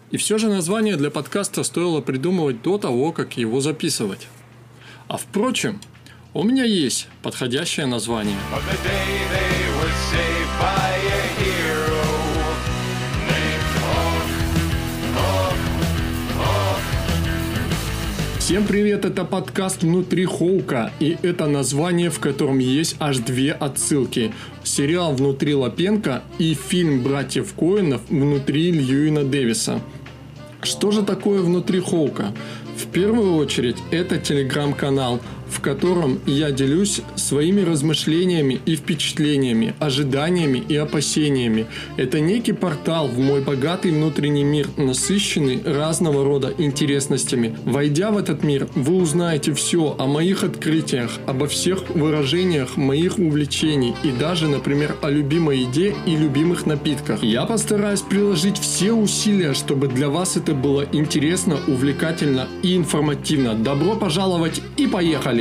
И все же название для подкаста стоило придумывать до того, как его записывать. А впрочем, у меня есть подходящее название. Всем привет, это подкаст «Внутри Хоука», и это название, в котором есть аж две отсылки. Сериал «Внутри Лапенко» и фильм братьев Коэнов «Внутри Льюина Дэвиса». Что же такое «Внутри Хоука»? В первую очередь, это телеграм-канал, в котором я делюсь своими размышлениями и впечатлениями, ожиданиями и опасениями. Это некий портал в мой богатый внутренний мир, насыщенный разного рода интересностями. Войдя в этот мир, вы узнаете все о моих открытиях, обо всех выражениях моих увлечений и даже, например, о любимой еде и любимых напитках. Я постараюсь приложить все усилия, чтобы для вас это было интересно, увлекательно и информативно. Добро пожаловать и поехали!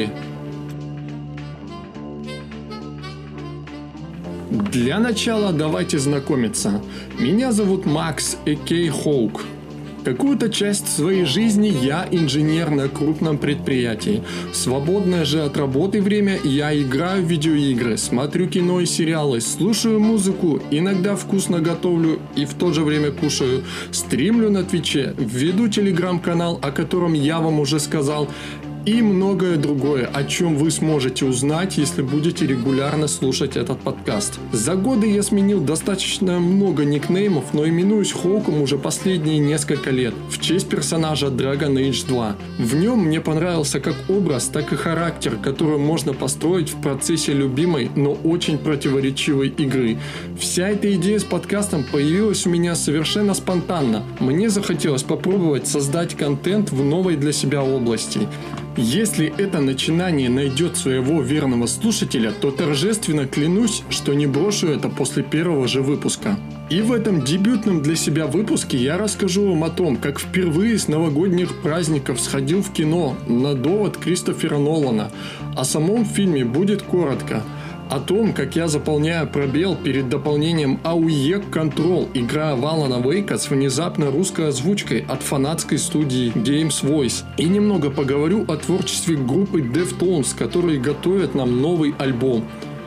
Для начала давайте знакомиться. Меня зовут Макс а.к.а. Хоук. Какую-то часть своей жизни я инженер на крупном предприятии. В свободное же от работы время я играю в видеоигры, смотрю кино и сериалы, слушаю музыку, иногда вкусно готовлю и в то же время кушаю, стримлю на Твиче, веду телеграм-канал, о котором я вам уже сказал, и многое другое, о чем вы сможете узнать, если будете регулярно слушать этот подкаст. За годы я сменил достаточно много никнеймов, но именуюсь Хоуком уже последние несколько лет, в честь персонажа Dragon Age 2. В нем мне понравился как образ, так и характер, который можно построить в процессе любимой, но очень противоречивой игры. Вся эта идея с подкастом появилась у меня совершенно спонтанно. Мне захотелось попробовать создать контент в новой для себя области. Если это начинание найдет своего верного слушателя, то торжественно клянусь, что не брошу это после первого же выпуска. И в этом дебютном для себя выпуске я расскажу вам о том, как впервые с новогодних праздников сходил в кино на «Довод» Кристофера Нолана. О самом фильме будет коротко. О том, как я заполняю пробел перед дополнением AOE Control, игра Алана Вейка с внезапно русской озвучкой от фанатской студии Games Voice. И немного поговорю о творчестве группы Deftones, которые готовят нам новый альбом.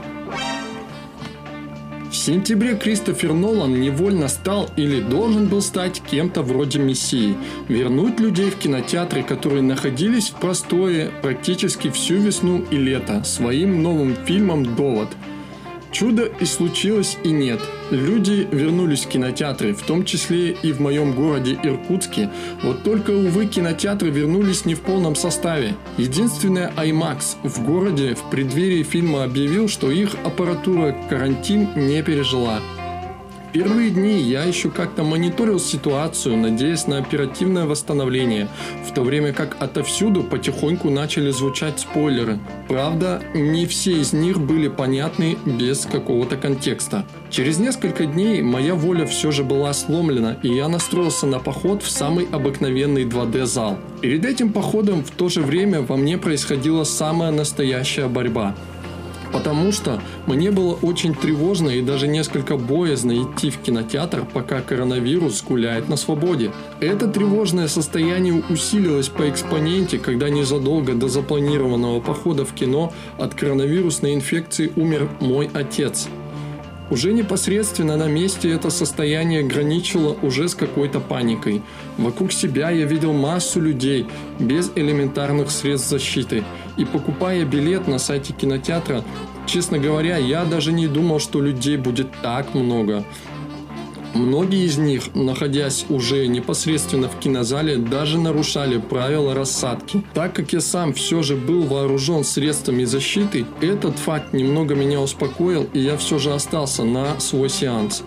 В сентябре Кристофер Нолан невольно стал или должен был стать кем-то вроде мессии. Вернуть людей в кинотеатры, которые находились в простое практически всю весну и лето, своим новым фильмом «Довод». Чудо и случилось, и нет. Люди вернулись в кинотеатры, в том числе и в моем городе Иркутске. Вот только, увы, кинотеатры вернулись не в полном составе. Единственное, IMAX в городе в преддверии фильма объявил, что их аппаратура карантин не пережила. Первые дни я еще как-то мониторил ситуацию, надеясь на оперативное восстановление, в то время как отовсюду потихоньку начали звучать спойлеры. Правда, не все из них были понятны без какого-то контекста. Через несколько дней моя воля все же была сломлена, и я настроился на поход в самый обыкновенный 2D-зал. Перед этим походом в то же время во мне происходила самая настоящая борьба. Потому что мне было очень тревожно и даже несколько боязно идти в кинотеатр, пока коронавирус гуляет на свободе. Это тревожное состояние усилилось по экспоненте, когда незадолго до запланированного похода в кино от коронавирусной инфекции умер мой отец. Уже непосредственно на месте это состояние граничило уже с какой-то паникой. Вокруг себя я видел массу людей без элементарных средств защиты. И покупая билет на сайте кинотеатра, честно говоря, я даже не думал, что людей будет так много. Многие из них, находясь уже непосредственно в кинозале, даже нарушали правила рассадки. Так как я сам все же был вооружен средствами защиты, этот факт немного меня успокоил, и я все же остался на свой сеанс.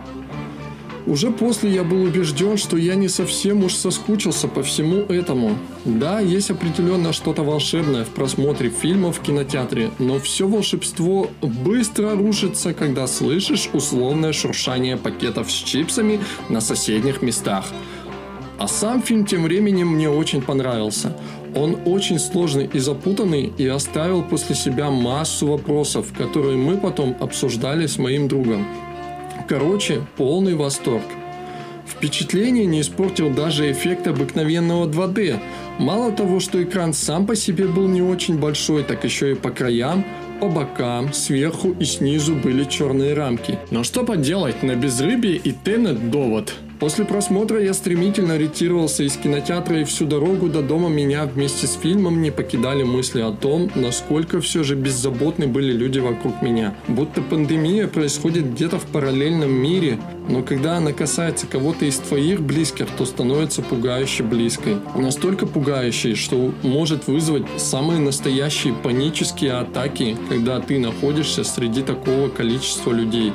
Уже после я был убежден, что я не совсем уж соскучился по всему этому. Да, есть определенно что-то волшебное в просмотре фильмов в кинотеатре, но все волшебство быстро рушится, когда слышишь условное шуршание пакетов с чипсами на соседних местах. А сам фильм тем временем мне очень понравился. Он очень сложный и запутанный и оставил после себя массу вопросов, которые мы потом обсуждали с моим другом. Короче, полный восторг. Впечатление не испортил даже эффект обыкновенного 2D. Мало того, что экран сам по себе был не очень большой, так еще и по краям, по бокам, сверху и снизу были черные рамки. Но что поделать, на безрыбье и Тенет довод. После просмотра я стремительно ретировался из кинотеатра, и всю дорогу до дома меня вместе с фильмом не покидали мысли о том, насколько все же беззаботны были люди вокруг меня. Будто пандемия происходит где-то в параллельном мире, но когда она касается кого-то из твоих близких, то становится пугающе близкой. Настолько пугающей, что может вызвать самые настоящие панические атаки, когда ты находишься среди такого количества людей.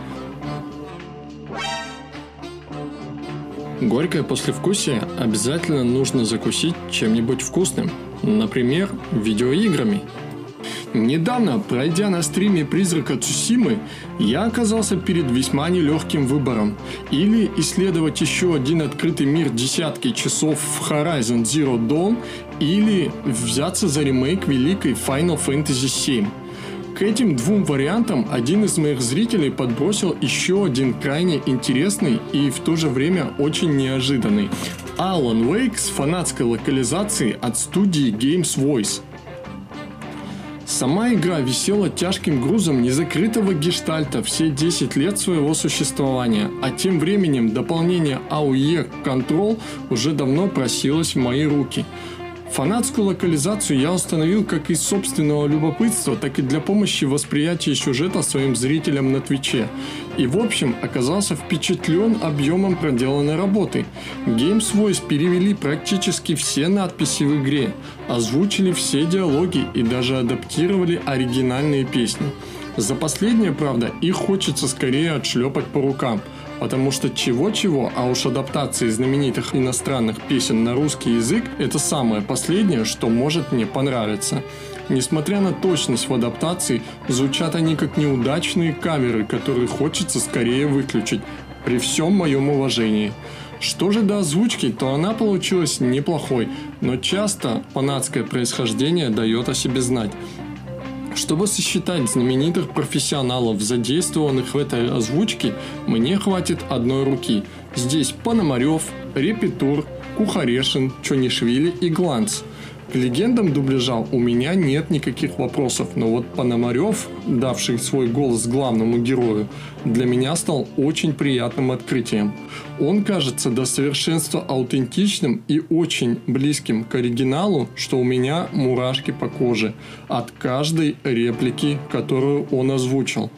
Горькое послевкусие обязательно нужно закусить чем-нибудь вкусным, например, видеоиграми. Недавно, пройдя на стриме «Призрака Цусимы», я оказался перед весьма нелегким выбором. Или исследовать еще один открытый мир десятки часов в Horizon Zero Dawn, или взяться за ремейк великой Final Fantasy VII. К этим двум вариантам один из моих зрителей подбросил еще один крайне интересный и в то же время очень неожиданный. Alan Wake с фанатской локализацией от студии Games Voice. Сама игра висела тяжким грузом незакрытого гештальта все 10 лет своего существования, а тем временем дополнение AOE Control уже давно просилось в мои руки. Фанатскую локализацию я установил как из собственного любопытства, так и для помощи в восприятии сюжета своим зрителям на Твиче. И в общем оказался впечатлен объемом проделанной работы. Games Voice перевели практически все надписи в игре, озвучили все диалоги и даже адаптировали оригинальные песни. За последнее, правда, их хочется скорее отшлепать по рукам. Потому что чего-чего, а уж адаптации знаменитых иностранных песен на русский язык – это самое последнее, что может мне понравиться. Несмотря на точность в адаптации, звучат они как неудачные каверы, которые хочется скорее выключить, при всем моем уважении. Что же до озвучки, то она получилась неплохой, но часто фанатское происхождение дает о себе знать. Чтобы сосчитать знаменитых профессионалов, задействованных в этой озвучке, мне хватит одной руки. Здесь Пономарев, Репетур, Кухарешин, Чонишвили и Гланц. К легендам дубляжа у меня нет никаких вопросов, но вот Пономарев, давший свой голос главному герою, для меня стал очень приятным открытием. Он кажется до совершенства аутентичным и очень близким к оригиналу, что у меня мурашки по коже от каждой реплики, которую он озвучил.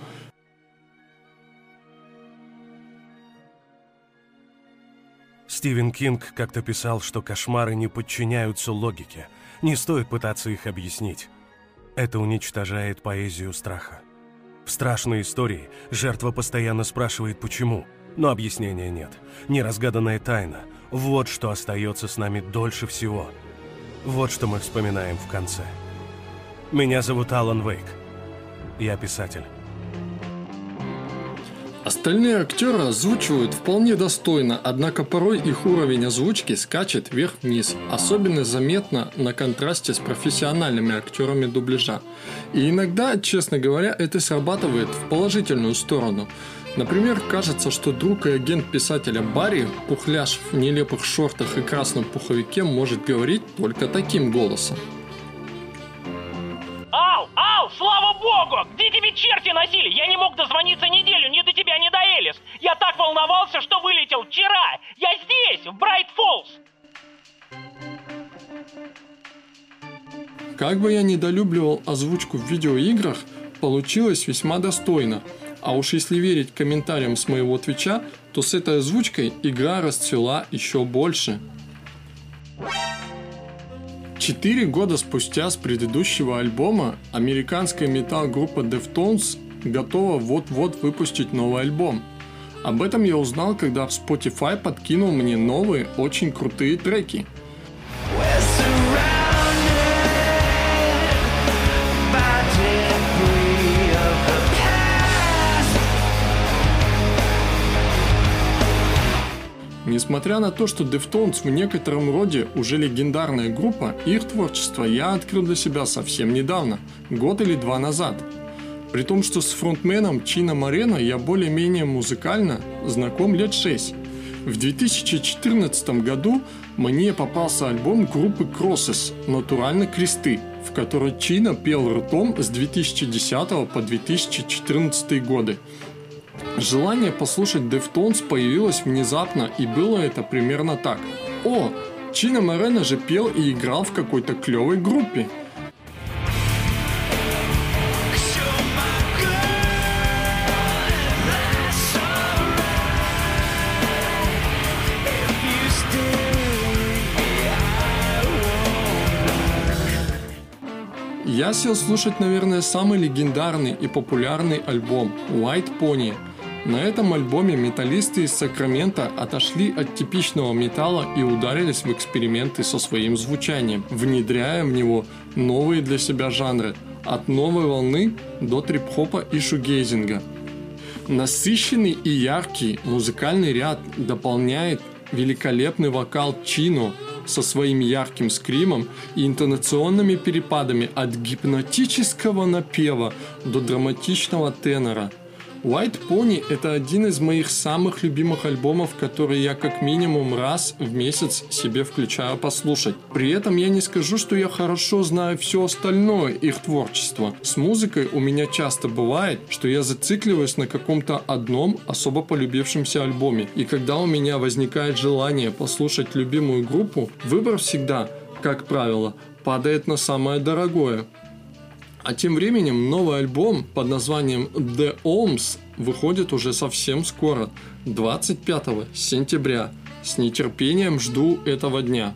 Стивен Кинг как-то писал, что кошмары не подчиняются логике. Не стоит пытаться их объяснить. Это уничтожает поэзию страха. В страшной истории жертва постоянно спрашивает «почему?», но объяснения нет. Неразгаданная тайна – вот что остается с нами дольше всего. Вот что мы вспоминаем в конце. Меня зовут Алан Вейк. Я писатель. Остальные актеры озвучивают вполне достойно, однако порой их уровень озвучки скачет вверх-вниз. Особенно заметно на контрасте с профессиональными актерами дубляжа. И иногда, честно говоря, это срабатывает в положительную сторону. Например, кажется, что друг и агент писателя Барри, пухляж в нелепых шортах и красном пуховике, может говорить только таким голосом. Ал, слава богу! Где тебе черти носили? Я не мог дозвониться неделю, ни до тебя, ни до Элис. Я так волновался, что вылетел вчера. Я здесь, в Брайт-Фоллс. Как бы я недолюбливал озвучку в видеоиграх, получилось весьма достойно. А уж если верить комментариям с моего Твича, то с этой озвучкой игра расцвела еще больше. 4 года спустя с предыдущего альбома американская метал-группа Deftones готова вот-вот выпустить новый альбом. Об этом я узнал, когда в Spotify подкинул мне новые, очень крутые треки. Несмотря на то, что Deftones в некотором роде уже легендарная группа, их творчество я открыл для себя совсем недавно, год или два назад. При том, что с фронтменом Чино Морено я более-менее музыкально знаком лет 6. В 2014 году мне попался альбом группы Crosses «Натурально кресты», в которой Чино пел ртом с 2010 по 2014 годы. Желание послушать Deftones появилось внезапно, и было это примерно так. О, Чино Морено же пел и играл в какой-то клевой группе. Я сел слушать, наверное, самый легендарный и популярный альбом White Pony. На этом альбоме металлисты из Сакрамента отошли от типичного металла и ударились в эксперименты со своим звучанием, внедряя в него новые для себя жанры, от новой волны до трип-хопа и шугейзинга. Насыщенный и яркий музыкальный ряд дополняет великолепный вокал Чино со своим ярким скримом и интонационными перепадами от гипнотического напева до драматичного тенора. White Pony – это один из моих самых любимых альбомов, который я как минимум раз в месяц себе включаю послушать. При этом я не скажу, что я хорошо знаю все остальное их творчество. С музыкой у меня часто бывает, что я зацикливаюсь на каком-то одном особо полюбившемся альбоме. И когда у меня возникает желание послушать любимую группу, выбор всегда, как правило, падает на самое дорогое. А тем временем новый альбом под названием The Ohms выходит уже совсем скоро, 25 сентября. С нетерпением жду этого дня.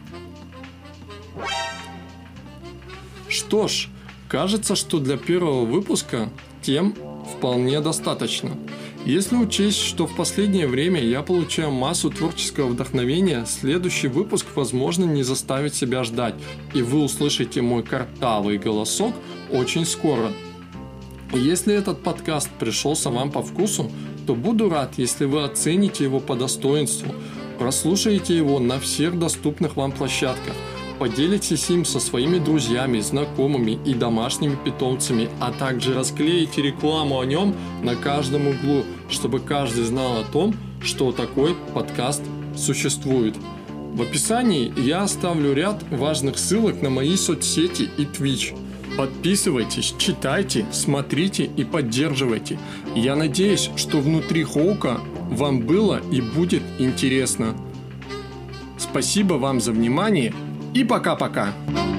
Что ж, кажется, что для первого выпуска тем вполне достаточно. Если учесть, что в последнее время я получаю массу творческого вдохновения, следующий выпуск, возможно, не заставит себя ждать, и вы услышите мой картавый голосок очень скоро. Если этот подкаст пришелся вам по вкусу, то буду рад, если вы оцените его по достоинству, прослушаете его на всех доступных вам площадках, поделитесь им со своими друзьями, знакомыми и домашними питомцами, а также расклеите рекламу о нем на каждом углу, чтобы каждый знал о том, что такой подкаст существует. В описании я оставлю ряд важных ссылок на мои соцсети и Twitch. Подписывайтесь, читайте, смотрите и поддерживайте. Я надеюсь, что внутри Хоука вам было и будет интересно. Спасибо вам за внимание и пока-пока.